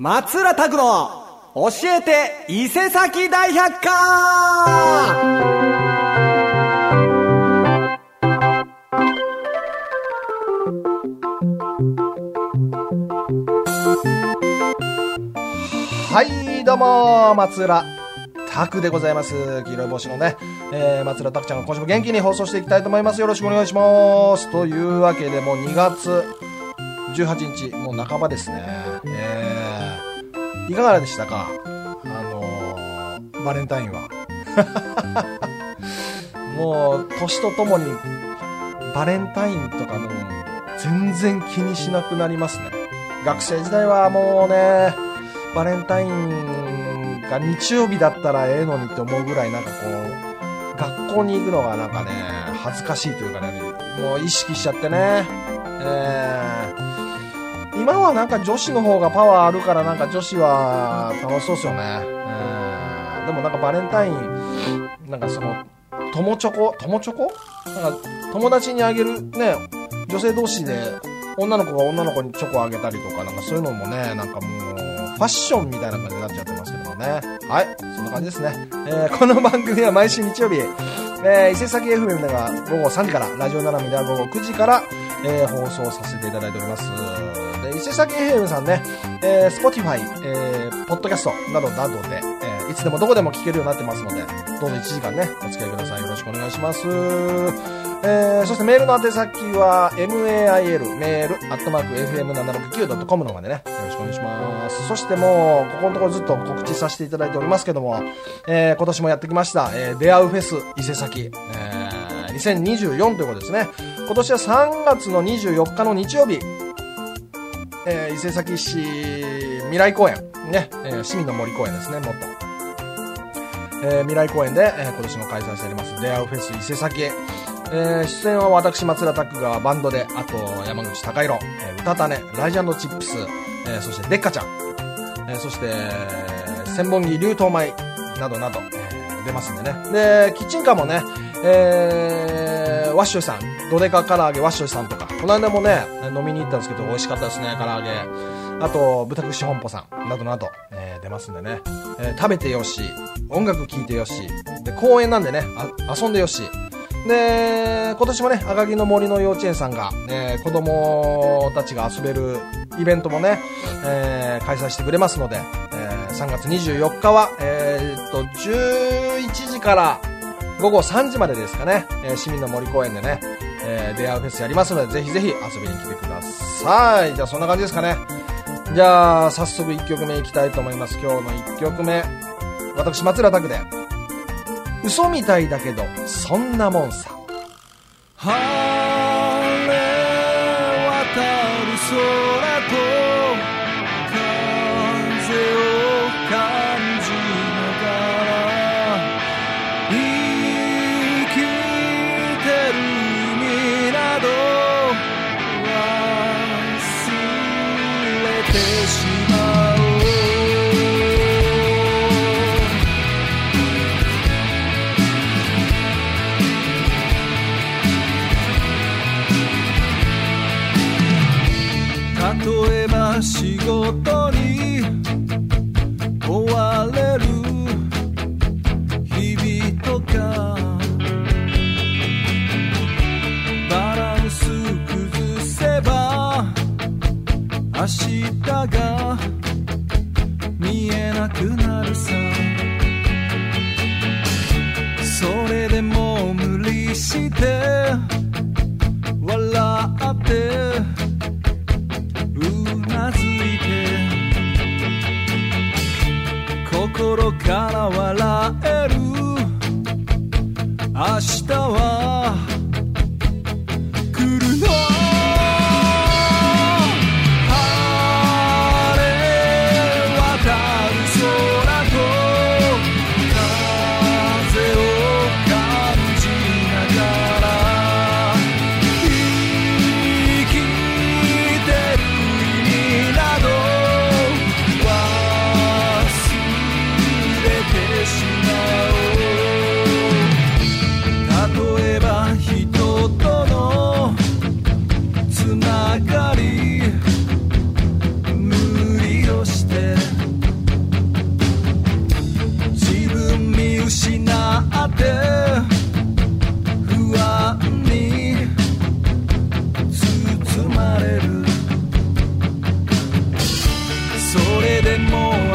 松浦拓の教えて伊勢崎大百科。 はいどうも松浦拓でございます。黄色い帽子のね、松浦拓ちゃんが今週も元気に放送していきたいと思います。よろしくお願いします。というわけでもう2月18日もう半ばですね。いかがでしたかバレンタインはもう年とともにバレンタインとかもう全然気にしなくなりますね。学生時代はもうねバレンタインが日曜日だったらええのにって思うぐらいなんかこう学校に行くのがなんかね恥ずかしいというかねもう意識しちゃってね、今はなんか女子の方がパワーあるからなんか女子は楽しそうですよね、でもなんかバレンタインなんかその友チョコなんか友達にあげるね女性同士で女の子が女の子にチョコをあげたりとかなんかそういうのもねなんかもうファッションみたいな感じになっちゃってますけどもね。はいそんな感じですね、この番組は毎週日曜日、伊勢崎 FM では午後3時からラジオななみでは午後9時から、放送させていただいております。で伊勢崎 FM さんね、Spotify、ポッドキャストなどなどで、いつでもどこでも聞けるようになってますのでどうぞ1時間ねお付き合いください。よろしくお願いします。そしてメールの宛先は mail メール@fm769.com の方までねよろしくお願いします。そしてもうここのところずっと告知させていただいておりますけども、今年もやってきました、出会うフェス伊勢崎、2024ということですね。今年は3月の24日の日曜日、伊勢崎市未来公園ね、市民の森公園ですねもっと、未来公園で、今年も開催しております出会うフェス伊勢崎、出演は私松浦拓がバンドであと山口貴弘、歌種ライジ&チップス、そしてデッカちゃん、そして千本木竜頭米などなど、出ますんでね。でキッチンカーもね、ワッショイさんドデカ唐揚げワッショイさんとかこの間もね飲みに行ったんですけど美味しかったですね唐揚げ。あと豚串本舗さんなどなど、出ますんでね、食べてよし音楽聴いてよしで公園なんでね遊んでよしで今年もね赤城の森の幼稚園さんが、子供たちが遊べるイベントもね、開催してくれますので、3月24日は、11時から午後3時までですかね、市民の森公園でね、出会うフェスやりますのでぜひぜひ遊びに来てください。じゃあそんな感じですかね。じゃあ早速1曲目いきたいと思います。今日の1曲目私松浦拓で嘘みたいだけどそんなもんさ。 晴れ渡る空と風を感じながら生きてる意味など忘れてしまう。例えば仕事に追われる日々とかバランス崩せば明日が見えなくなるさ。それでも無理して笑ってうなずいて心から笑える明日は来るの。晴れ渡る空と風を感じながら生きてる意味など忘れてしまう。例えば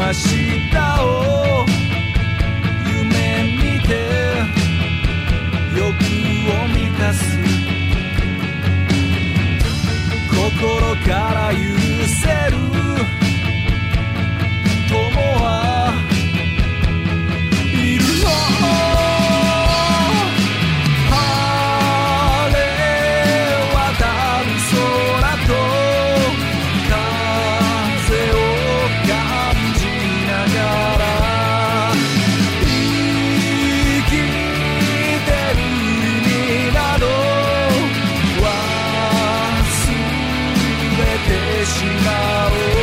日を夢見て欲を満たす心から許せる友はいるの晴れ渡る空と風を感じながら生きてる意味など忘れてしまおう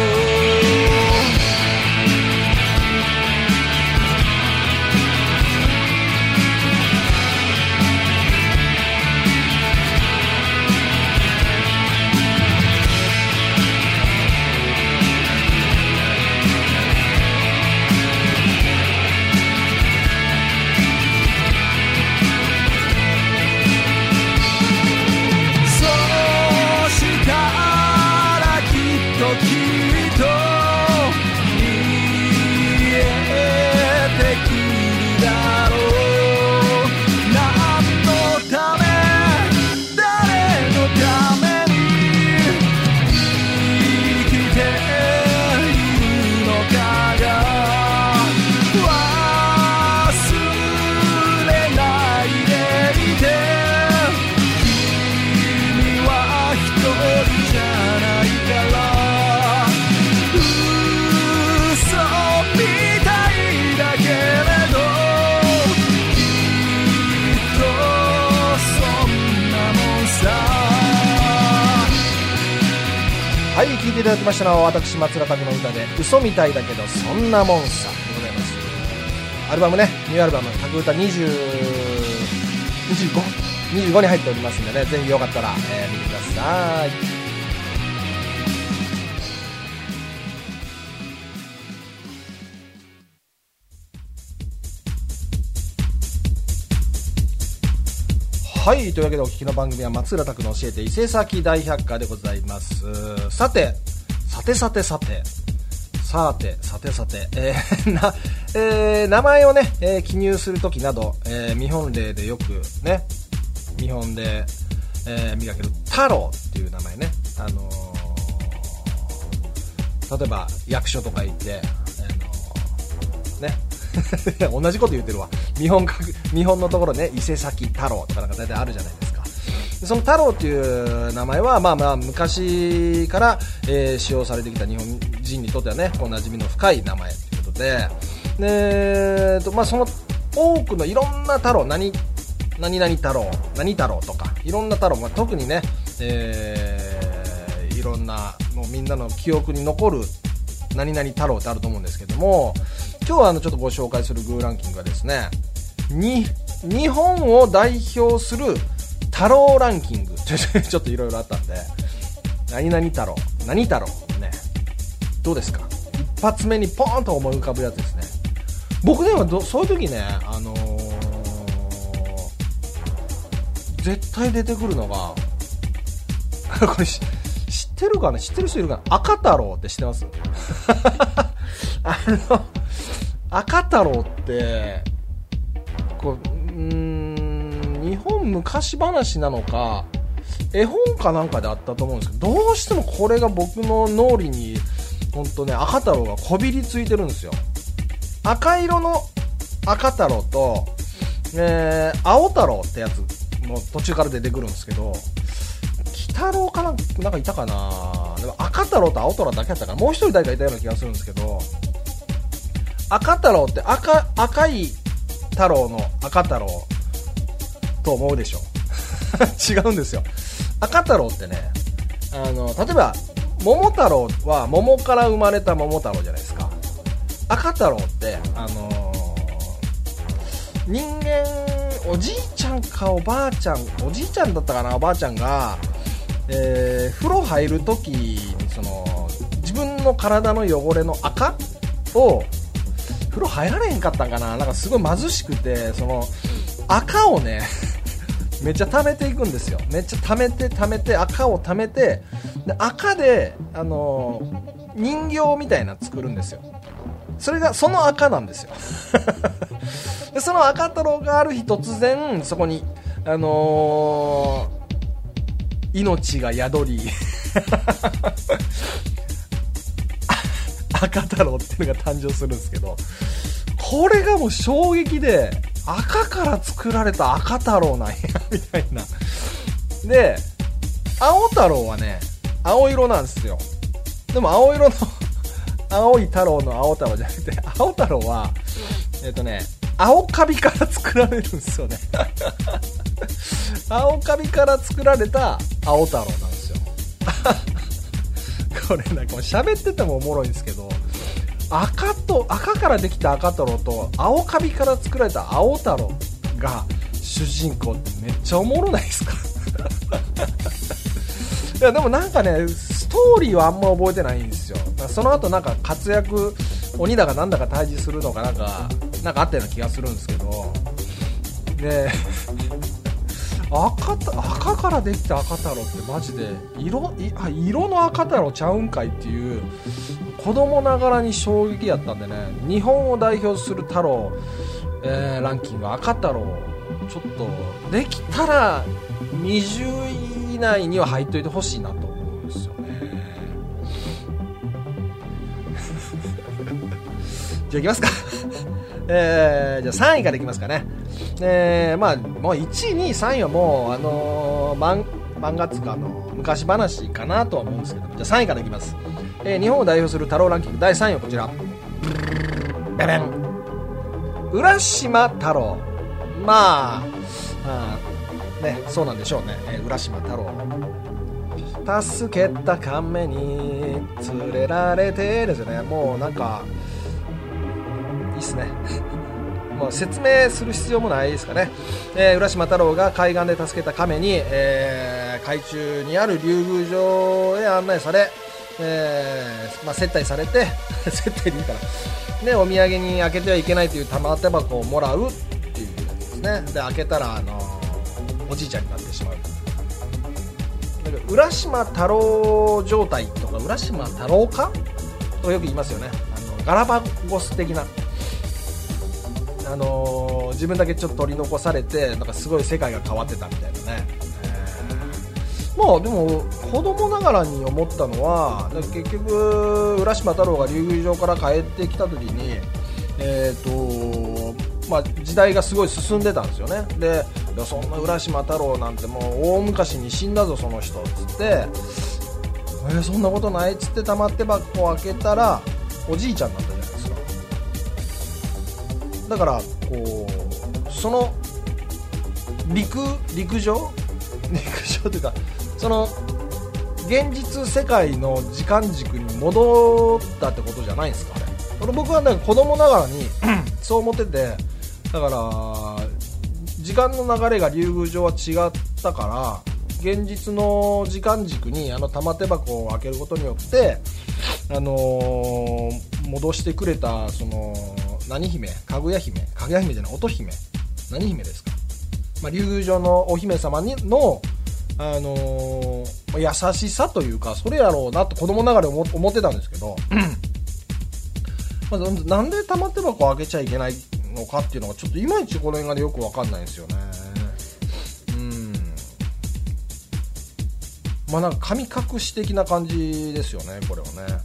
はい、聴いていただきましたのは私松浦拓の歌で嘘みたいだけどそんなもんさでございます。アルバムね、ニューアルバム拓歌25に入っておりますんでね、ぜひよかったら、見てください。はい、というわけでお聞きの番組は松浦拓の教えて伊勢崎大百科でございます。さて名前をね、記入するときなど、見本例でよくね、見本で、見かける太郎っていう名前ね、例えば役所とか行ってね同じこと言ってるわ。見本のところね、伊勢崎太郎とかなんか大体あるじゃないですか。その太郎っていう名前はまあ昔から、使用されてきた日本人にとってはね、こう馴染みの深い名前ということで、その多くのいろんな太郎、何々太郎、何太郎とかいろんな太郎、特にね、いろんなもうみんなの記憶に残る何々太郎ってあると思うんですけども、今日はちょっとご紹介するグーランキングはですね、日本を代表する太郎ランキングちょっといろいろあったんで、何々太郎、何太郎ね、どうですか？一発目にポーンと思い浮かぶやつですね。僕ではそういう時ね、絶対出てくるのがこれ知ってるかな？知ってる人いるかな？赤太郎って知ってます赤太郎ってこう日本昔話なのか絵本かなんかであったと思うんですけど、どうしてもこれが僕の脳裏に本当ね、赤太郎がこびりついてるんですよ。赤色の赤太郎と、青太郎ってやつも途中から出てくるんですけど、鬼太郎かなんかいたかな。でも赤太郎と青太郎だけやったからもう一人誰かいたような気がするんですけど、赤太郎って赤い太郎の赤太郎と思うでしょ違うんですよ。赤太郎ってね、例えば桃太郎は桃から生まれた桃太郎じゃないですか。赤太郎って人間、おじいちゃんかおばあちゃん、おじいちゃんだったかな、おばあちゃんが、風呂入るときに自分の体の汚れの赤を風呂入られへんかったんかな、なんかすごい貧しくて、その赤をねめっちゃ溜めていくんですよ。めっちゃ溜めて赤を溜めて、で赤で人形みたいな作るんですよ。 それがその赤なんですよでその赤太郎がある日突然そこに命が宿り赤太郎っていうのが誕生するんですけど、これがもう衝撃で、赤から作られた赤太郎なんやみたいな。で青太郎はね青色なんですよ。でも青色の青い太郎の青太郎じゃなくて、青太郎は青カビから作られるんですよね青カビから作られた青太郎なんですよこれなんかもう喋っててもおもろいんですけど、赤からできた赤太郎と青カビから作られた青太郎が主人公ってめっちゃおもろないですかいやでもなんかねストーリーはあんま覚えてないんですよ。その後なんか活躍鬼だかなんだか退治するのかなんかあったような気がするんですけど、で赤からできた赤太郎ってマジで色の赤太郎ちゃうんかいっていう子供ながらに衝撃やったんでね、日本を代表する太郎、ランキング赤太郎ちょっとできたら20位以内には入っといてほしいなと思うんですよねじゃあいきますかじゃあ3位からいきますかね。まあもう1位2位3位はもう漫画つか昔話かなとは思うんですけど、じゃあ3位からいきます。日本を代表する太郎ランキング第3位はこちら、ベベン、浦島太郎。まあね、そうなんでしょうね。浦島太郎、助けた亀に連れられてですよね。もうなんかいいっすねもう説明する必要もないですかね。浦島太郎が海岸で助けた亀に、海中にある竜宮城へ案内され、接待されて接待でいいからでお土産に開けてはいけないという玉手箱をもらうっていうやつですね。で開けたらおじいちゃんになってしまう。だから浦島太郎状態とか浦島太郎化とよく言いますよね。ガラパゴス的な、自分だけちょっと取り残されてなんかすごい世界が変わってたみたいなね。まあでも子供ながらに思ったのは結局浦島太郎が竜宮城から帰ってきた時に時代がすごい進んでたんですよね。でそんな浦島太郎なんてもう大昔に死んだぞその人っつってそんなことないっつって玉手箱を開けたらおじいちゃんになったじゃないですか。だからこうその陸上というかその現実世界の時間軸に戻ったってことじゃないですかね。僕はね子供ながらにそう思ってて、だから時間の流れが竜宮城は違ったから現実の時間軸に玉手箱を開けることによって戻してくれたその何姫かぐや姫じゃない乙姫何姫ですか、竜宮城のお姫様の優しさというかそれやろうなと子供ながら思ってたんですけどなんで玉手箱を開けちゃいけないのかっていうのがちょっといまいちこの映画でよく分かんないんですよね。なんか神隠し的な感じですよねこれはね。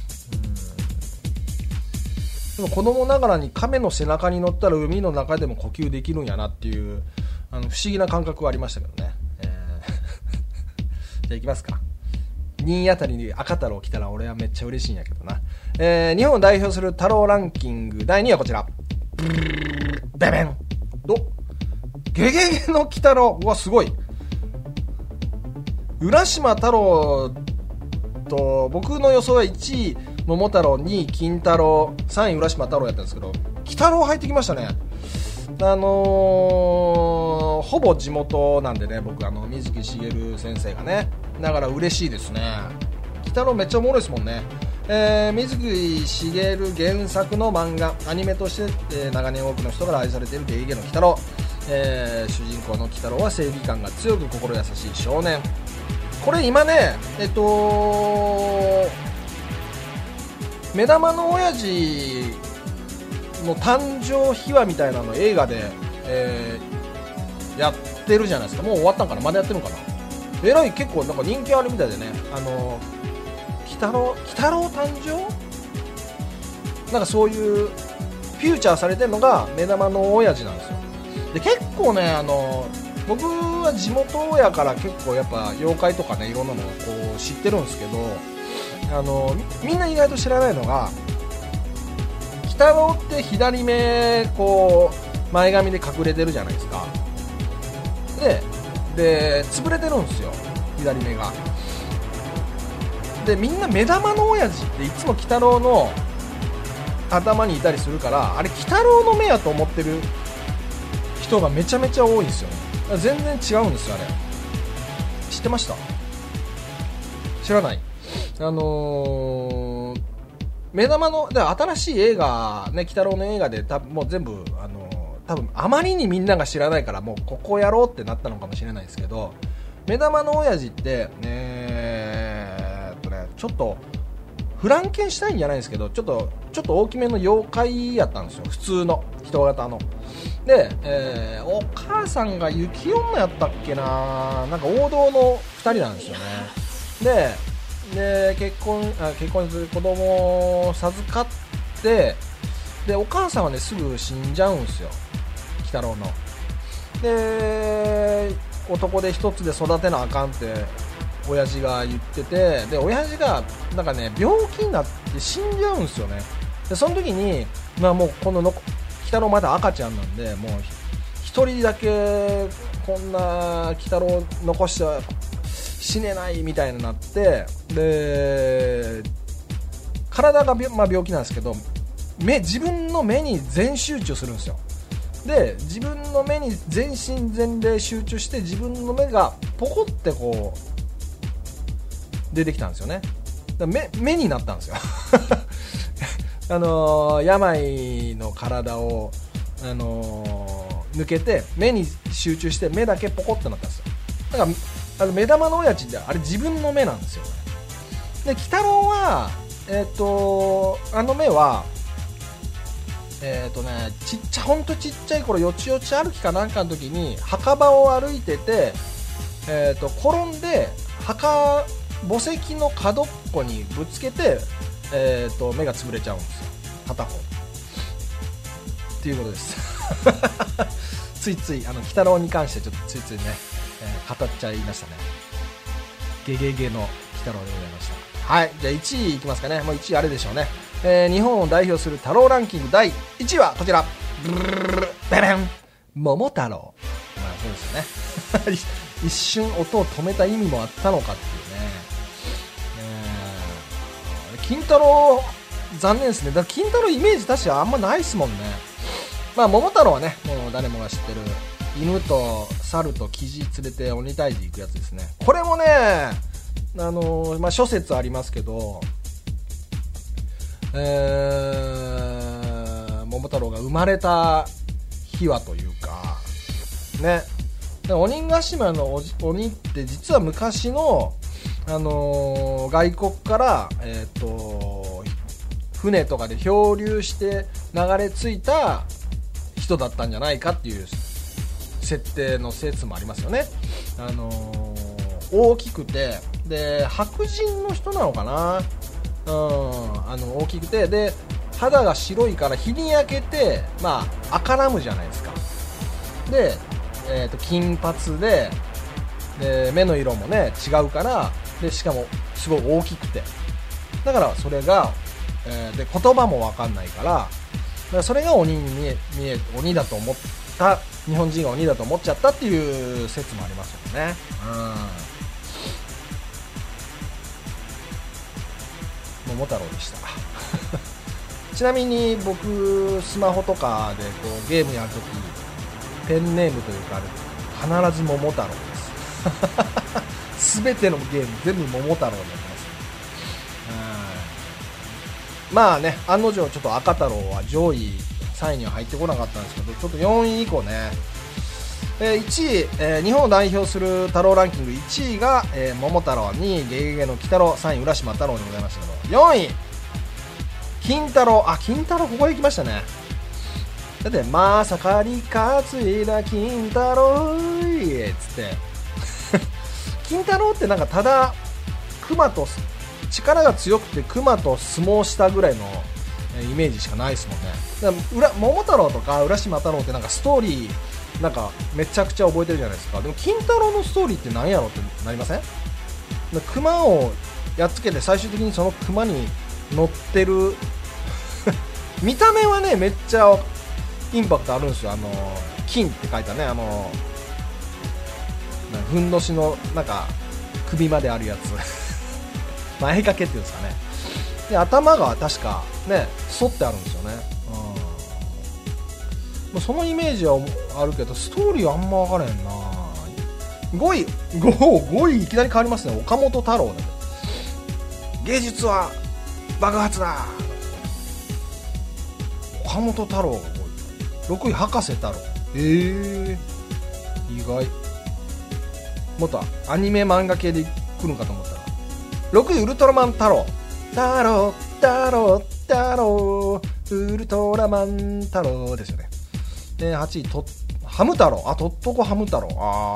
でも子供ながらに亀の背中に乗ったら海の中でも呼吸できるんやなっていう不思議な感覚はありましたけどね。じゃあいきますか。2位あたりに赤太郎来たら俺はめっちゃ嬉しいんやけどな。日本を代表する太郎ランキング第2位はこちら、ベベン、ゲゲゲの鬼太郎。うわすごい。浦島太郎と僕の予想は1位桃太郎、2位金太郎、3位浦島太郎やったんですけど鬼太郎入ってきましたね。ほぼ地元なんでね僕水木しげる先生がね、だから嬉しいですね。鬼太郎めっちゃおもろいですもんね。水木しげる原作の漫画アニメとして、長年多くの人から愛されているゲゲゲの鬼太郎。主人公の鬼太郎は正義感が強く心優しい少年。これ今ね目玉の親父の誕生秘話みたいなの映画で、やってるじゃないですか。もう終わったんかな、まだやってるのかな。えらい結構なんか人気あるみたいでね、鬼太郎誕生なんかそういうフューチャーされてるのが目玉の親父なんですよ。で結構ね僕は地元やから結構やっぱ妖怪とかねいろんなのをこう知ってるんですけど、みんな意外と知らないのが、鬼太郎って左目こう前髪で隠れてるじゃないですか。で潰れてるんですよ、左目が。でみんな目玉の親父っていつも鬼太郎の頭にいたりするから、あれ鬼太郎の目やと思ってる人がめちゃめちゃ多いんですよね。全然違うんですよ。あれ知ってました？知らない？目玉の新しい映画ね、鬼太郎の映画でもう全部多分あまりにみんなが知らないからもうここやろうってなったのかもしれないですけど、目玉の親父ってちょっとフランケンシュタインじゃないんですけど、ちょっと大きめの妖怪やったんですよ、普通の人型の。で、お母さんが雪女やったっけな、なんか王道の2人なんですよね。で結婚する子供を授かって、でお母さんはねすぐ死んじゃうんですよ、鬼太郎の。で男で一つで育てなあかんって親父が言ってて、で親父がなんかね病気になって死んじゃうんですよね。でその時に、もうこの鬼太郎まだ赤ちゃんなんで、もう一人だけこんな鬼太郎残しては死ねないみたいになって、で体が病気なんですけど、自分の目に全集中するんですよ。で自分の目に全身全霊集中して、自分の目がポコってこう出てきたんですよね。目になったんですよ病の体を、抜けて目に集中して目だけポコってなったんですよ。だから目玉の親父ってあれ自分の目なんですよね。で鬼太郎は目はほんとちっちゃい頃、よちよち歩きかなんかの時に墓場を歩いてて、転んで墓石の角っこにぶつけて、目が潰れちゃうんですよ、片方っていうことですついつい鬼太郎に関してちょっとついついね、語っちゃいましたね。ゲゲゲの鬼太郎でございました。はい、じゃあ1位いきますかね。もう1位あれでしょうね。日本を代表する太郎ランキング第1位はこちら、ベベン、桃太郎。そうですよね一瞬音を止めた意味もあったのかっていうね。金太郎残念ですね。だから金太郎イメージ確かあんまないですもんね。桃太郎はね、もう誰もが知ってる犬と猿とキジ連れて鬼退治行くやつですね。これもね、諸説ありますけど、桃太郎が生まれた秘話というかね、鬼ヶ島の鬼って実は昔の、外国から、船とかで漂流して流れ着いた人だったんじゃないかっていう設定の説もありますよね。大きくて、で白人の人なのかな、大きくて、で肌が白いから日に焼けて、赤ラムじゃないですか。で、金髪で、目の色もね違うから、でしかもすごい大きくて、だからそれが、で言葉も分かんないから、だからそれが鬼だと思った、日本人が鬼だと思っちゃったっていう説もありますよね。桃太郎でしたちなみに僕スマホとかでこうゲームやるときペンネームというか必ず桃太郎です全てのゲーム全部桃太郎になってますね。案の定ちょっと赤太郎は上位3位には入ってこなかったんですけど、ちょっと4位以降ね、1位、日本を代表する太郎ランキング1位が、桃太郎、2位ゲゲゲの鬼太郎、3位浦島太郎でございましたけど、4位金太郎。金太郎ここで来ましたね。 だってまさかに担いだ金太郎いっつって金太郎ってなんかただ熊と力が強くて熊と相撲したぐらいのイメージしかないですもんね。だから桃太郎とか浦島太郎ってなんかストーリーなんかめちゃくちゃ覚えてるじゃないですか。でも金太郎のストーリーって何やろってなりません？熊をやっつけて最終的にその熊に乗ってる見た目はねめっちゃインパクトあるんですよ。金って書いたねふんどしのなんか首まであるやつ前掛けっていうんですかね。で頭が確かね反ってあるんですよね。もうそのイメージはあるけどストーリーはあんま分からへんな。5位いきなり変わりますね。岡本太郎だ。芸術は爆発だ。岡本太郎が5位。6位博士太郎。意外。もっとアニメ漫画系で来るんかと思ったら6位ウルトラマン太郎太郎太郎太郎ウルトラマン太郎ですよね。8位ハム太郎。とっとこハム太郎。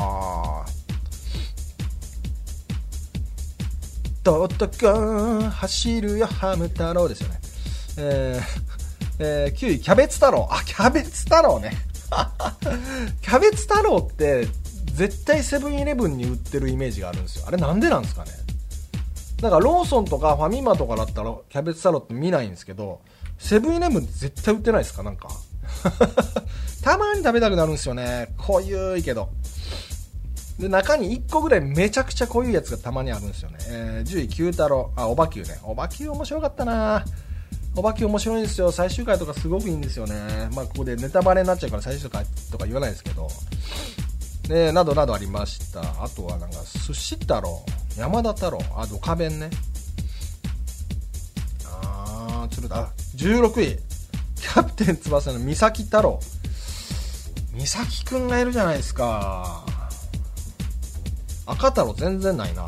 とっとこ走るよハム太郎ですよね。9位キャベツ太郎。キャベツ太郎ねキャベツ太郎って絶対セブンイレブンに売ってるイメージがあるんですよ。あれなんでなんですかね。なんかローソンとかファミマとかだったらキャベツ太郎って見ないんですけどセブンイレブンって絶対売ってないですか。なんかたまに食べたくなるんですよね。濃ゆいけどで中に1個ぐらいめちゃくちゃ濃いやつがたまにあるんですよね。10位九太郎。おばきゅうね。おばきゅう面白かったな。おばきゅう面白いんですよ。最終回とかすごくいいんですよね。ここでネタバレになっちゃうから最終回とか言わないですけどなどなどありました。あとはなんか寿司太郎、山田太郎、ドカベンね。16位キャプテン翼の三崎太郎。三崎くんがいるじゃないですか。赤太郎全然ないな。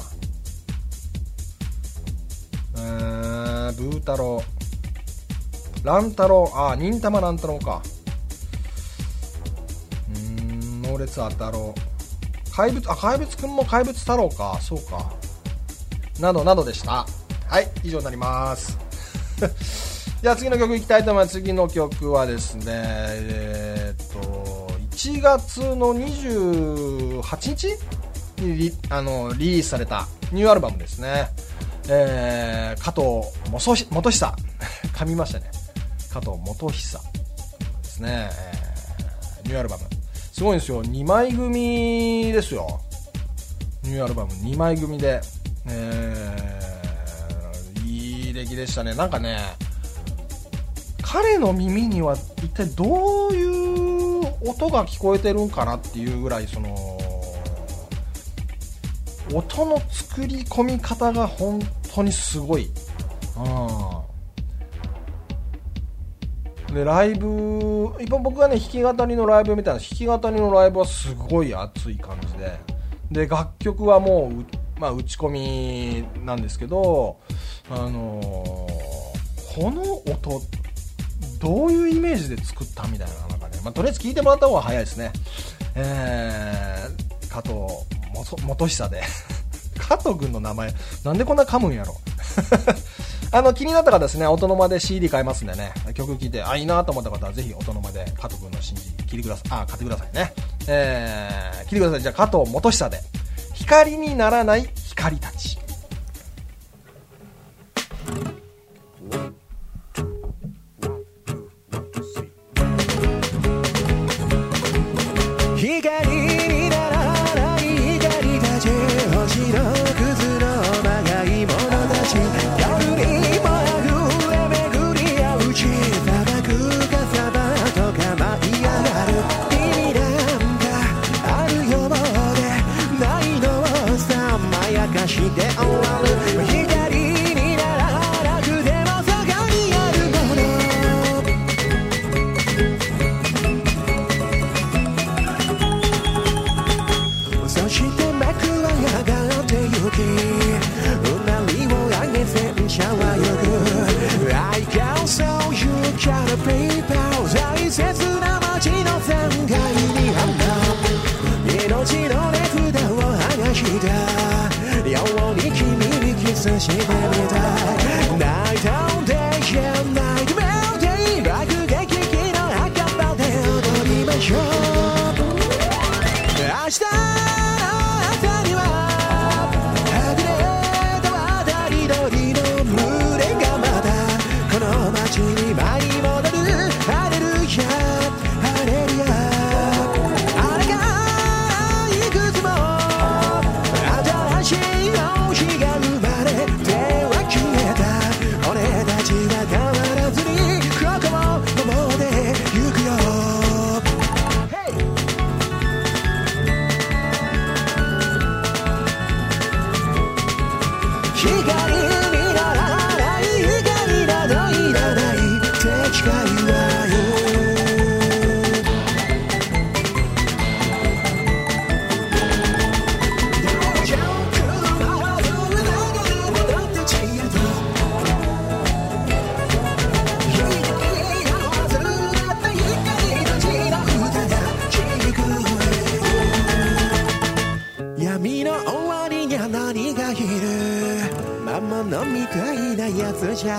ブー太郎、乱太郎。忍たま乱太郎か。猛烈あ太郎。怪物くんも怪物太郎か。そうか。などなどでした。はい、以上になりますじゃあ次の曲いきたいと思います。次の曲はですね1月の28日にリリースされたニューアルバムですね。加藤元久噛みましたね。加藤元久ですね。ニューアルバムすごいんですよ。2枚組ですよ。ニューアルバム2枚組で、いい出来でしたね。なんかね彼の耳には一体どういう音が聞こえてるんかなっていうぐらいその音の作り込み方が本当にすごい。でライブ今僕がね弾き語りのライブみたいな弾き語りのライブはすごい熱い感じで楽曲はもう打ち込みなんですけどこの音どういうイメージで作ったみたいななんかね、とりあえず聞いてもらった方が早いですね。加藤元久で加藤君の名前なんでこんな噛むんやろ気になった方ですね、音の間で CD 買えますんでね、曲聴いていいなと思った方はぜひ音の間で加藤君の CD 聴いてください。買ってくださいね。聴いてください。じゃあ加藤元久で光にならない光たち。 光にならない光たち、星の屑のまがいものたち、夜にもあふれ巡り合うち、砂漠かサバとか舞い上がる。意味なんかあるようでないのをさまやかして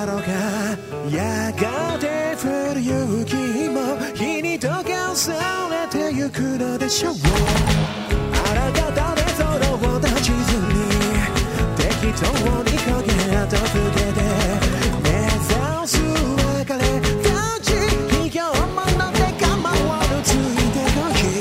ろがやがて降る雪も日に溶かされてゆくのでしょう。あらがたでそのを立ちずに適当に影跡つけて目指す別れたち卑怯者で構わぬついてこい。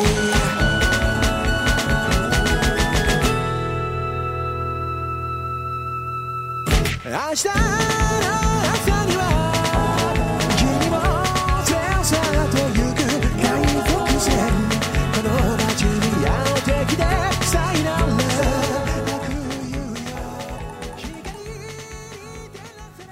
明日の朝には君も全去ってゆく海賊船この街にやってきてさいなら泣く夕よ光照らせ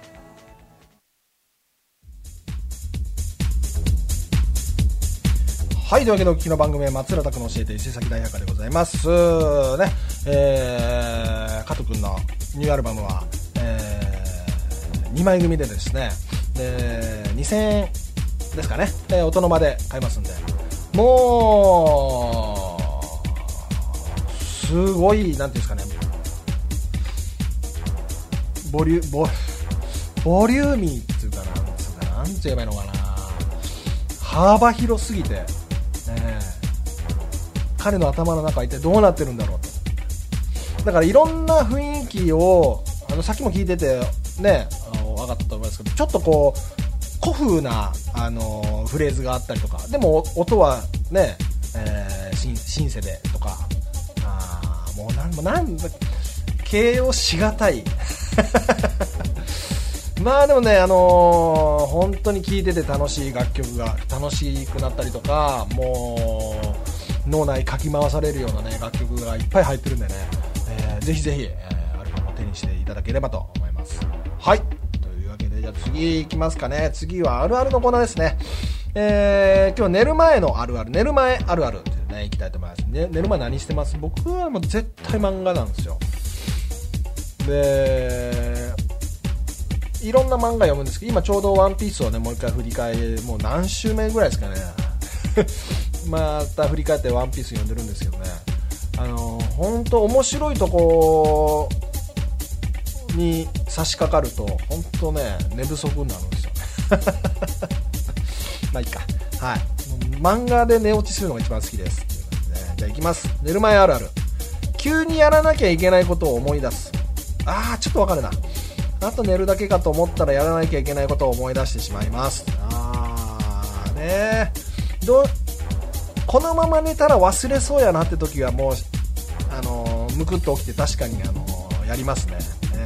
はい、というわけでお聞きの番組は松浦拓の教えて伊勢崎大百科でございますね。加藤くんのニューアルバムは、2枚組でですね、2000円ですかね、音の間で買いますんで、もうすごいなんていうんですかね、ボリューミーっていうかなんて言えばいいのかな、幅広すぎて、彼の頭の中一体どうなってるんだろうと。だからいろんな雰囲気をさっきも聞いててね、分かったと思いますけど、ちょっとこう古風なフレーズがあったりとか、でも音はね、シンセでとか、もうなん形容しがたいまあでもね、本当に聴いてて楽しい楽曲が楽しくなったりとか、もう脳内かき回されるようなね楽曲がいっぱい入ってるんでね、ぜひぜひ、アルバムを手にしていただければと思います。はい、というわけでじゃあ次いきますかね。次はあるあるのコーナーですね。今日は寝る前のあるある、寝る前あるあるっていうね、いきたいと思います。寝る前何してます？僕はもう絶対漫画なんですよ。でいろんな漫画読むんですけど、今ちょうどワンピースをねもう一回振り返り、もう何週目ぐらいですかねまた振り返ってワンピース読んでるんですけどね、本当面白いとこに差し掛かると本当ね寝不足になるんですよねまあいいか、はい、漫画で寝落ちするのが一番好きです。じゃあいきます。寝る前あるある。急にやらなきゃいけないことを思い出す。ちょっとわかるな。あと寝るだけかと思ったらやらなきゃいけないことを思い出してしまいます。このまま寝たら忘れそうやなって時はもうむくっと起きて確かにやりますね。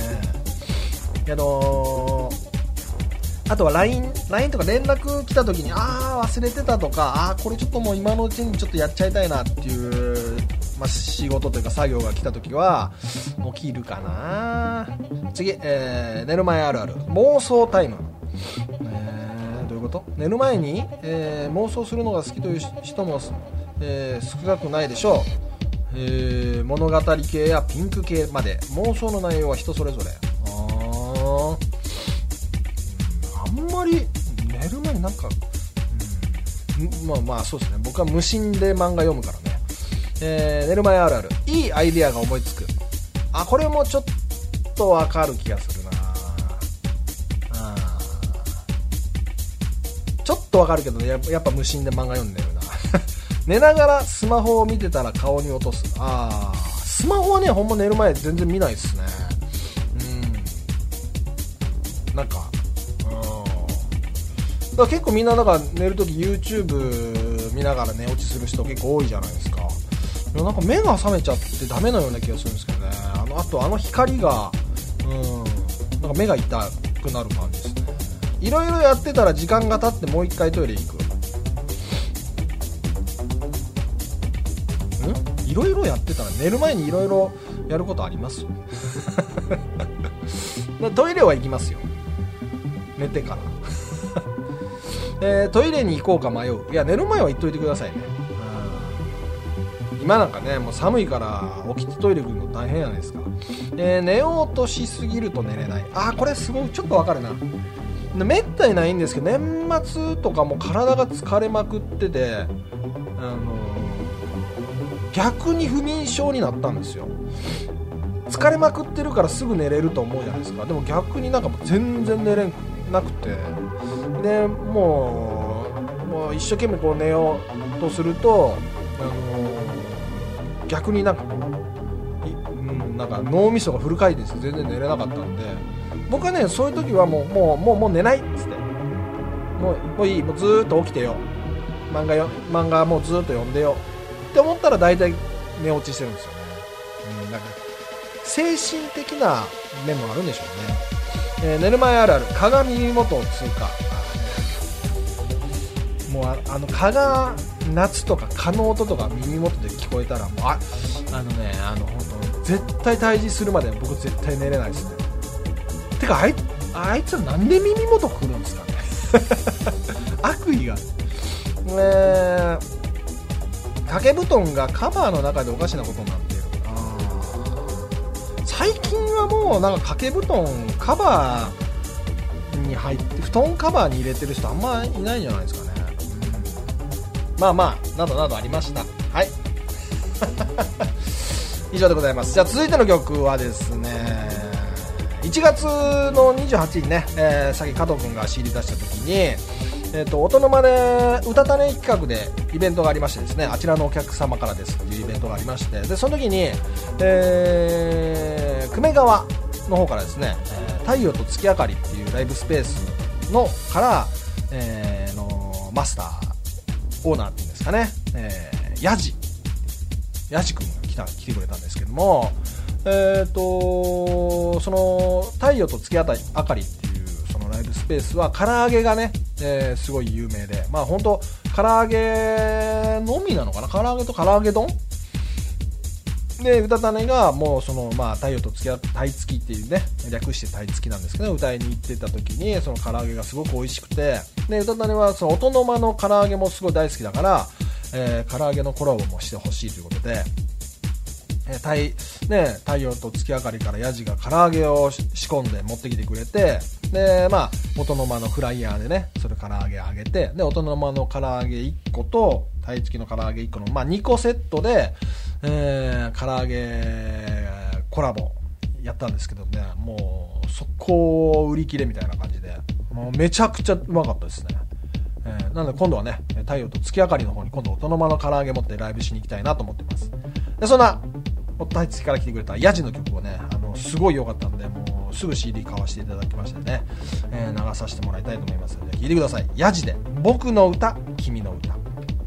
あとは LINE とか連絡来た時に忘れてたとか、これちょっともう今のうちにちょっとやっちゃいたいなっていう、仕事というか作業が来た時は起きるかな。次、寝る前あるある、妄想タイム。どういうこと？寝る前に、妄想するのが好きという人も、少なくないでしょう。物語系やピンク系まで妄想の内容は人それぞれ。あんまり寝る前になんか、まあそうですね。僕は無心で漫画読むからね。寝る前あるある、いいアイデアが思いつく。これもちょっとわかる気がするな。ちょっとわかるけどね、やっぱ無心で漫画読んでるな寝ながらスマホを見てたら顔に落とす。スマホはねほんま寝る前全然見ないっすね。なんかだから結構みんな寝るとき YouTube 見ながら寝落ちする人結構多いじゃないですか。なんか目が覚めちゃってダメなような気がするんですけどね。あと光がなんか目が痛くなる感じですね。いろいろやってたら時間が経ってもう一回トイレ行く。いろいろやってたら寝る前にいろいろやることありますトイレは行きますよ、寝てからトイレに行こうか迷う。いや寝る前は行っといてくださいね。今なんかねもう寒いから起きてトイレ行くの大変じゃないですか。寝ようとしすぎると寝れない。これすごいちょっとわかるな。めったにないんですけど、年末とかも体が疲れまくってて逆に不眠症になったんですよ。 疲れまくってるからすぐ寝れると思うじゃないですか。でも逆になんかもう全然寝れなくて、でもう一生懸命こう寝ようとすると、逆になんかこうなんか脳みそがフル回転して全然寝れなかったんで、僕はねそういう時はもう寝ないっつって、もういい、もうずーっと起きてよ、漫画もうずーっと読んでよって思ったら大体寝落ちしてるんですよね。なんか精神的な面もあるんでしょうね。寝る前あるある、鏡元を通過。もう蚊が夏とか蚊の音とか耳元で聞こえたらもう本当絶対退治するまで僕絶対寝れないですね。てかあいつはなんで耳元来るんですかね悪意が掛け布団がカバーの中でおかしなことになっている。最近はもうなんか掛け布団カバーに入って布団カバーに入れてる人あんまいないんじゃないですかね。まあなどなどありました。はい以上でございます。じゃあ続いての曲はですね、1月の28日にね、さっき加藤くんが CD 出した時に音の間で歌種企画でイベントがありましてですね、あちらのお客様からですっていうイベントがありまして、でその時に、久米川の方からですね、太陽と月明かりっていうライブスペースのから、のマスターオーナーっていうんですかね、ヤジくんが来てくれたんですけども、その太陽と月明かりっていうそのライブスペースは唐揚げがね、すごい有名で、まあ本当唐揚げのみなのかな、唐揚げと唐揚げ丼で、歌種がもうその太陽と月っていうね、略して鯛月なんですけど、歌いに行ってた時にその唐揚げがすごく美味しくて、で歌種はその音の間の唐揚げもすごい大好きだから、唐揚げのコラボもしてほしいということで、太陽と月明かりからヤジが唐揚げを仕込んで持ってきてくれて、で音の間のフライヤーでねそれ唐揚げ揚げて、で音の間の唐揚げ1個と鯛付きの唐揚げ1個の、2個セットで、唐揚げコラボやったんですけどね、もう速攻売り切れみたいな感じで、もうめちゃくちゃうまかったですね。なので今度はね太陽と月明かりの方に今度音の間の唐揚げ持ってライブしに行きたいなと思ってます。でそんな鯛月から来てくれたヤジの曲をねすごい良かったんで、もうすぐ CD 買わせていただきましてね、流させてもらいたいと思いますので聴いてください。ヤジで僕の歌君の歌。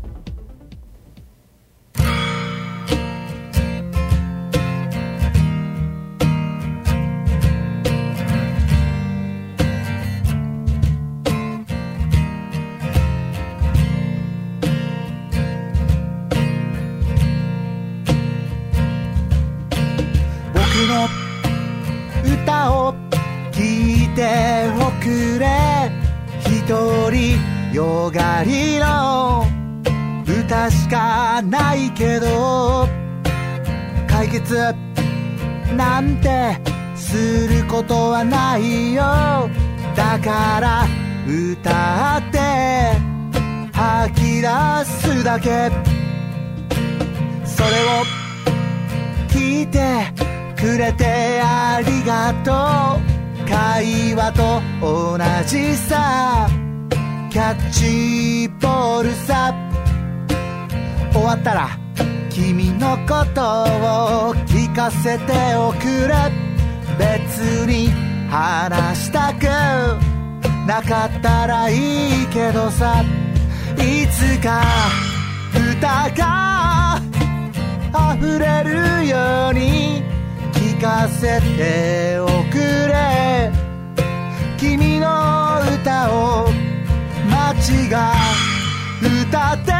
歌を聴いておくれ、一人よがりの歌しかないけど解決なんてすることはないよ。だから歌って吐き出すだけ、それを聞いてくれてありがとう。会話と同じさ、キャッチボールさ。終わったら君のことを聞かせておくれ。別に話したくなかったらいいけどさ、いつか歌が溢れるように聞かせておくれ。君の歌を街が歌って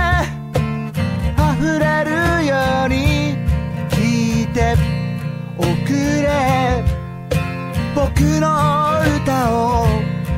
溢れるように聞いておくれ。僕の歌を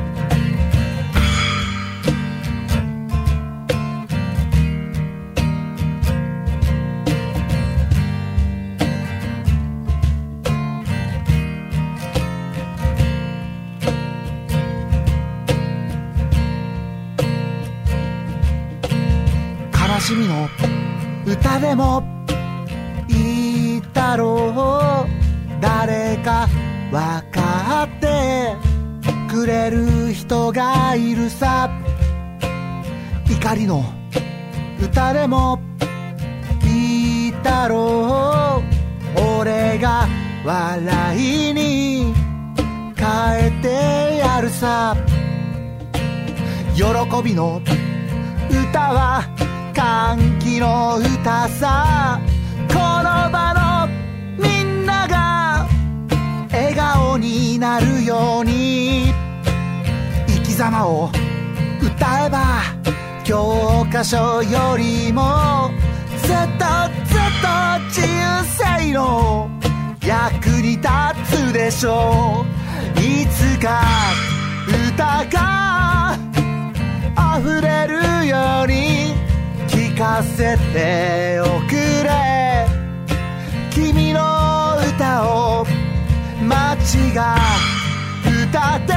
悲しみの歌でもいいだろう。 誰かわかってくれる人がいるさ。怒りの歌でもいいだろう。俺が笑いに変えてやるさ。喜びの歌は歓喜の歌さ。この場のみんなが笑顔になるように生き様を歌えば教科書よりもずっとずっと人生の役に立つでしょう。いつか歌が溢れるように聞かせておくれ。君の歌を街が歌って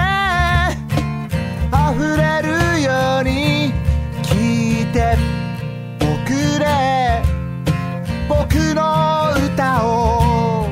溢れるように聞いておくれ。僕の歌を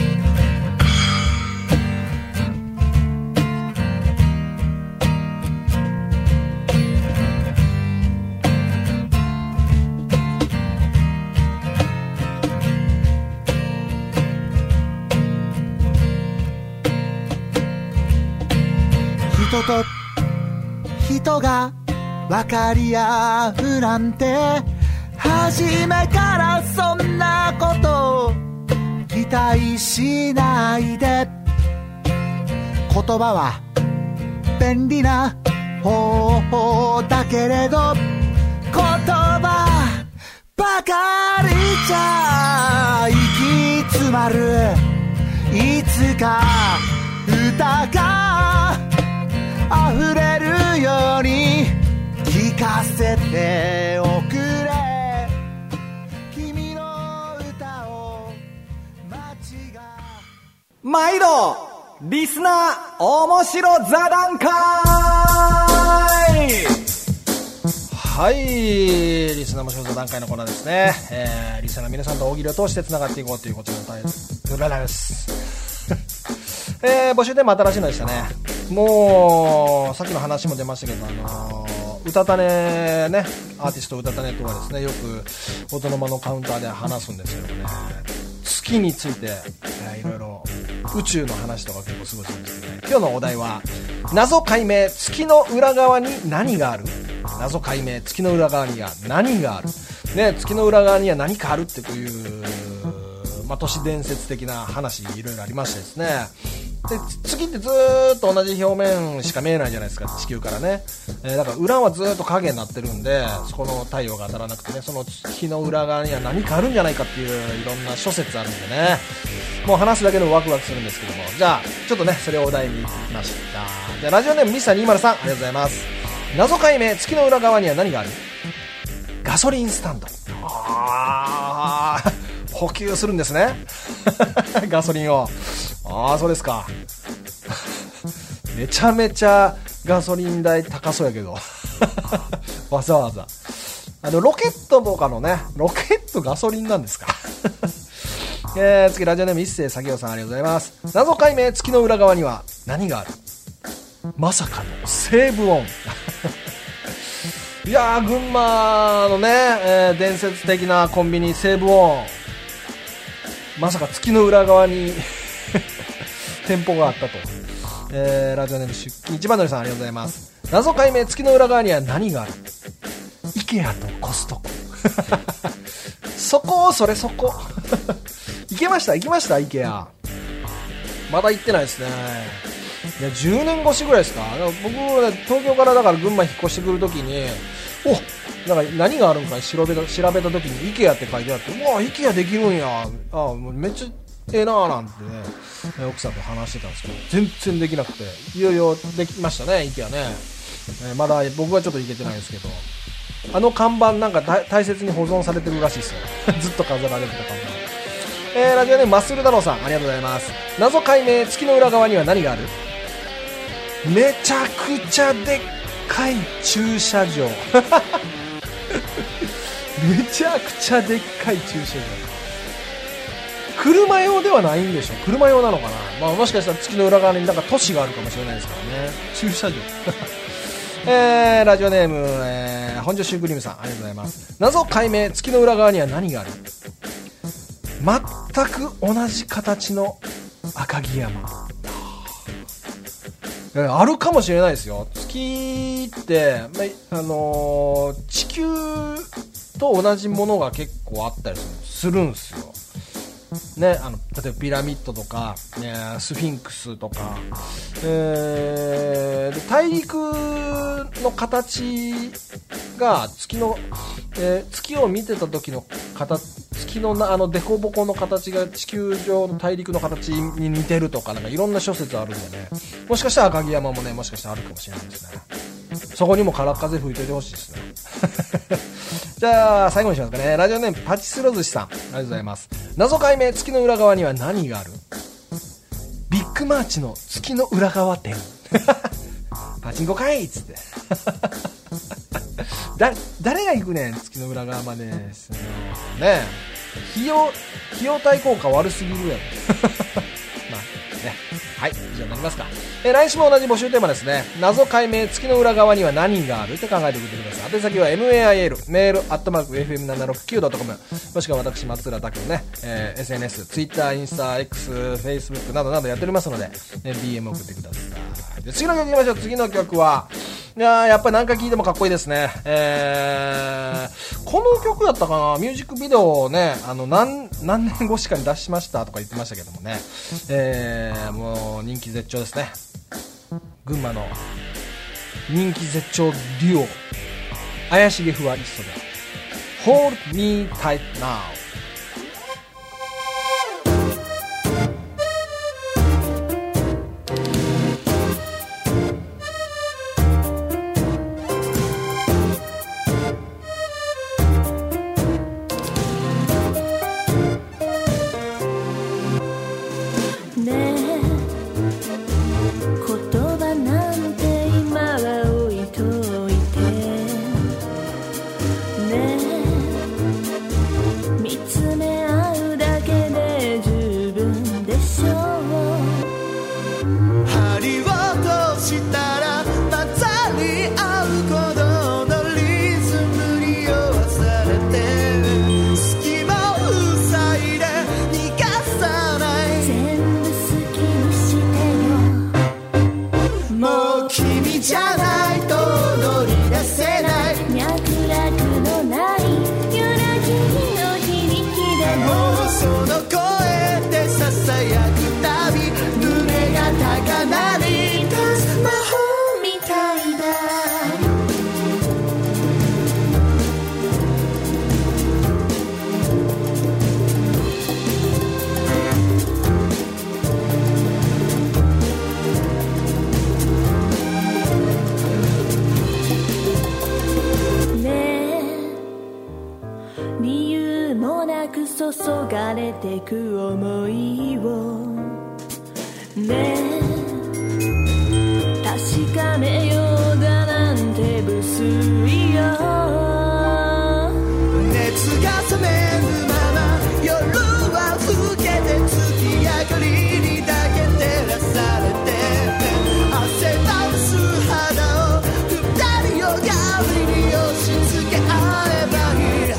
人と人が分かり合うなんて初めからそんなこと期待しないで。言葉は便利な方法だけれど言葉ばかりじゃ行き詰まる。いつか歌が溢れるように聞かせておくれ。君の歌を街が毎度リスナー面白座談会。 はい、リスナー面白座談会のコーナーですね。リスナーの皆さんと大喜利を通してつながっていこうということのタイトルです。募集テーマ新しいのでしたね。もうさっきの話も出ましたけど、歌種ね、アーティスト歌種とはですね、よく音の間のカウンターで話すんですけどね、月について、いろいろ宇宙の話とか結構すごいするんですけどね。今日のお題は謎解明、月の裏側に何がある。謎解明、月の裏側には何がある、ね、月の裏側には何かあるっていう、都市伝説的な話いろいろありましてですね。で、月ってずーっと同じ表面しか見えないじゃないですか、地球からね。だから裏はずーっと影になってるんで、そこの太陽が当たらなくてね、その月の裏側には何かあるんじゃないかっていういろんな諸説あるんでね、もう話すだけでもワクワクするんですけども、じゃあちょっとね、それをお題にいきました。じゃあラジオネームミスター203、ありがとうございます。謎解明、月の裏側には何がある。ガソリンスタンド。補給するんですねガソリンを。そうですかめちゃめちゃガソリン代高そうやけどわざわざロケットとかのね、ロケットガソリンなんですか次ラジオネーム一世作業さん、ありがとうございます。謎解明、月の裏側には何がある。まさかの西武音いやー、群馬のね、伝説的なコンビニ西武音、まさか月の裏側に店舗があったと。ラジオネーム出勤一番乗りさん、ありがとうございます。謎解明、月の裏側には何がある。イケアとコストコそこ、それそこ行きましたイケア。まだ行ってないですね。いや、10年越しぐらいですか。僕、東京からだから群馬引っ越してくるときに、なんか何があるんか調べたときに IKEA って書いてあって、うわ、IKEA できるんや、もうめっちゃええなーなんてね、奥さんと話してたんですけど、全然できなくて、いよいよできましたね、IKEA ね。まだ僕はちょっと行けてないですけど、あの看板なんか大切に保存されてるらしいですよずっと飾られてた看板。ラジオネームマッスル太郎さん、ありがとうございます。謎解明、月の裏側には何がある。めちゃくちゃでっかい駐車場めちゃくちゃでっかい駐車場。 車用ではないんでしょ。車用なのかな、まあ、もしかしたら月の裏側になんか都市があるかもしれないですからね。駐車場ラジオネーム、本庄シュークリームさん、ありがとうございます。謎解明、月の裏側には何がある。全く同じ形の赤城山、あるかもしれないですよ。月って、地球と同じものが結構あったりするんですよね。例えばピラミッドとか、スフィンクスとか、大陸の形が月の、月を見てた時の月のデコボコの形が地球上の大陸の形に似てるとか、なんかいろんな諸説あるんでね、もしかしたら赤城山もね、もしかしたらあるかもしれないですね。そこにも空っ風吹いててほしいですねじゃあ最後にしますかね。ラジオネームパチスロ寿司さん、ありがとうございます。謎解明、月の裏側には何がある。ビッグマーチの月の裏側店パチンコかいっつって誰が行くねん、月の裏側までですね。費用対効果悪すぎるやろまあね、はい、以上になりますか。来週も同じ募集テーマですね。謎解明、月の裏側には何があるって考えてみてください。宛先は mail メール@fm769.com、 もしくは私松浦拓のね、SNS、Twitter、インスタ、X、Facebook などなどやっておりますので、DM 送ってください。で、次の曲いきましょう。次の曲はやっぱり何回聴いてもかっこいいですね。この曲だったかな、ミュージックビデオをね、何年後しかに出しましたとか言ってましたけどもね、もう人気絶頂ですね。群馬の人気絶頂デュオ、怪しげふわリストで Hold Me Tight Now。 注がれてく想いをね、確かめようだなんて無粋よ。 熱が冷めるまま夜は更けて月明かりにだけ照らされて汗ばむ素肌を二人よがりに押し付け合えばいい。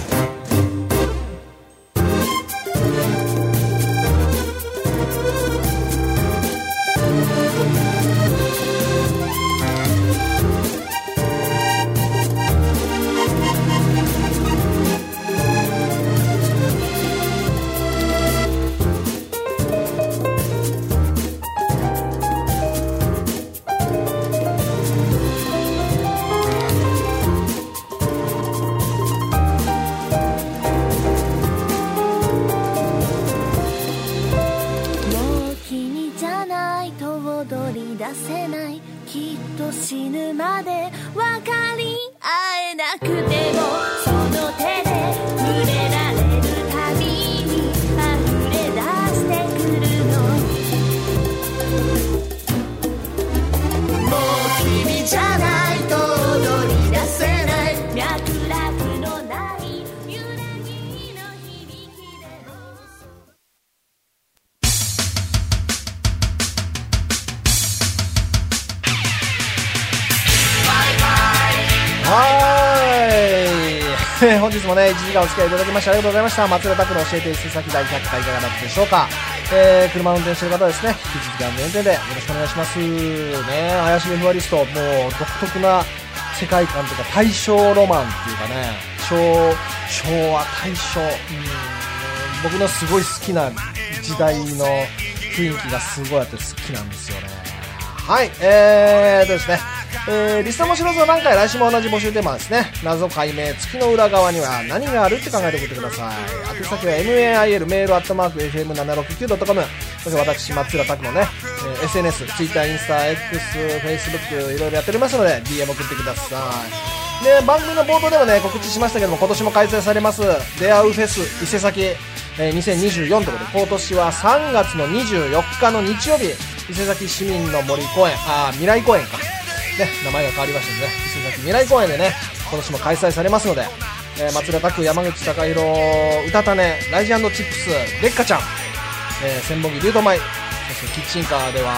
本日もね1時間お付き合いいただきましてありがとうございました。松浦拓の教えて伊勢崎第100回いかがだったでしょうか。車運転してる方はですね、引き続き安全運転でよろしくお願いしますね。怪しげふわリスト、もう独特な世界観とか大正ロマンっていうかね、昭和大正、僕のすごい好きな時代の雰囲気がすごいあって好きなんですよね。はい、ですね、リスナーも知らずは何回、来週も同じ募集テーマですね。謎解明、月の裏側には何があるって考えて送ってください。宛先は mail メール@fm769.com。そして私松浦拓のね、SNS、Twitter、インスタ、X、Facebook いろいろやっておりますので DM 送ってください。で、番組の冒頭でもね告知しましたけども、今年も開催されます出会うフェス伊勢崎、2024ということで、今年は3月の24日の日曜日、伊勢崎市民の森公園、未来公園かね、名前が変わりましたので、ね、伊勢崎未来公園でね今年も開催されますので、松浦拓、山口貴弘、うたたね、ライジ&チップス、レッカちゃん、千本木竜斗舞、そしてキッチンカーでは、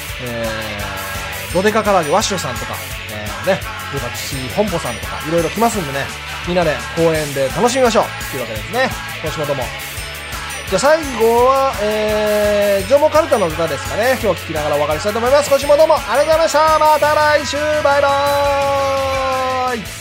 ドデカ唐揚げワッショさんとか、ね、私本舗さんとかいろいろ来ますんでね、みんなで公園で楽しみましょうというわけですね。今週もどうも。じゃあ最後は、縄文カルタの歌ですかね。今日聞きながらお別れしたいと思います。今週もどうもありがとうございました。また来週、バイバーイ。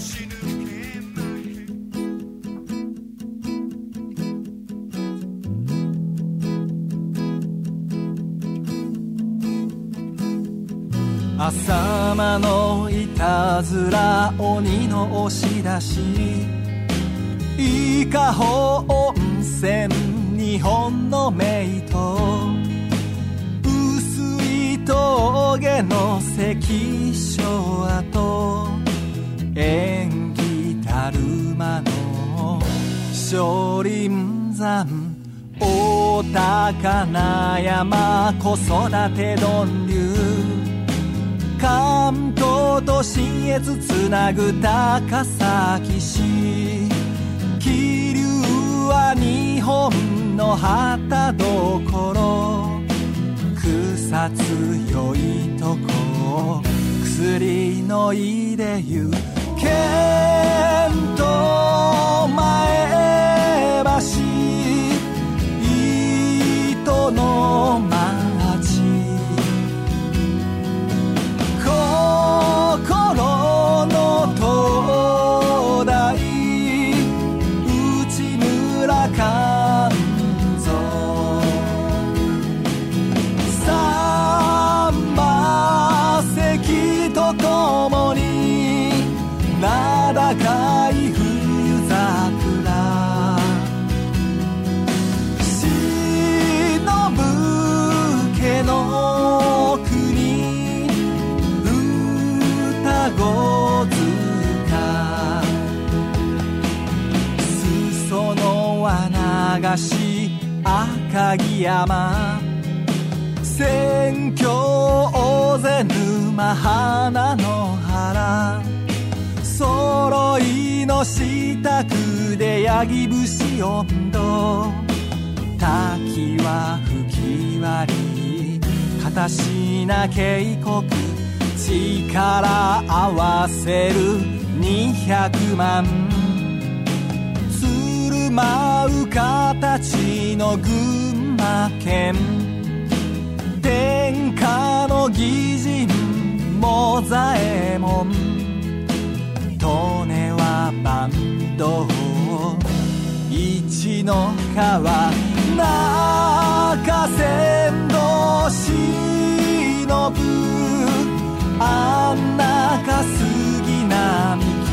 朝間のいたずら、鬼の押し出し、伊香保温泉、日本の名刀、薄い峠の関所跡、縁起たる間の少林山、大高な山、子育て鈍流、関東と信越つなぐ高崎市、気流は日本の旗どころ、草強いとこ薬のいでゆけんと前橋、糸の町、心の灯台、内村勘三、三馬関とともに名高い冬桜、忍家の国歌ご塚、裾野は流し赤城山、千京大勢沼花の原、揃いの支度でヤギ節温度、滝は吹き割り片品渓谷、力合わせる200万、鶴舞う形の群馬県、天下の義人も左衛門、利根は坂東、一の川中山道忍ぶ、あんなか杉並木、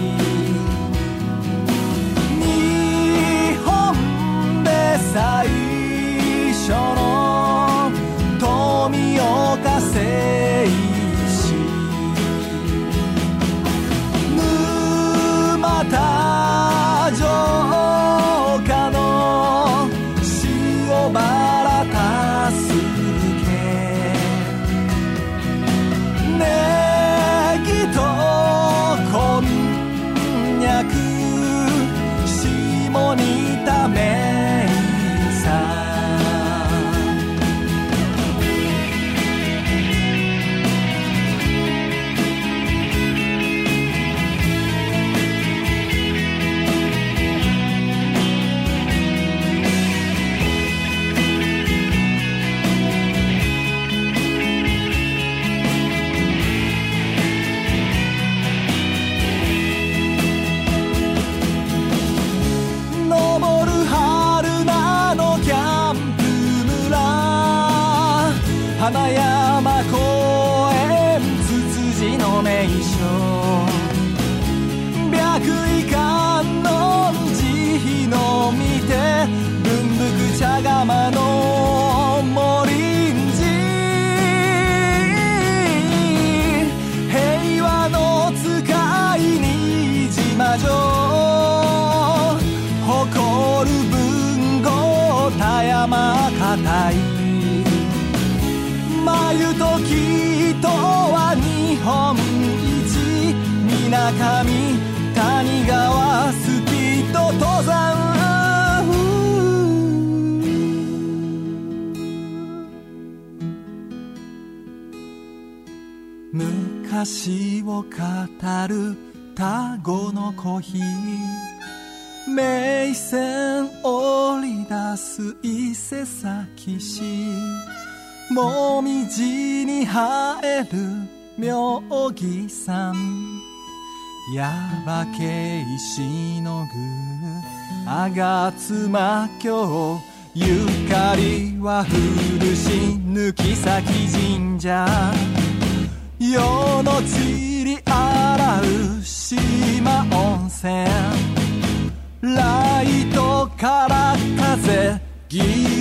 日本で最初の富岡製糸、沼田城下の塩原多数家、ネギと花山公園ツツジの名所白衣観音慈悲の見て文福茶釜の森林平和の使いに島城誇る文豪田山固い眉と木とは日本一水上谷川スキーと登山昔を語る田子のコーヒー名線織り出す伊勢崎市もみじに生える妙義山耶馬渓しのぐ吾妻峡ゆかりは古し抜き咲神社世の散り洗う島温泉ライトから風ギ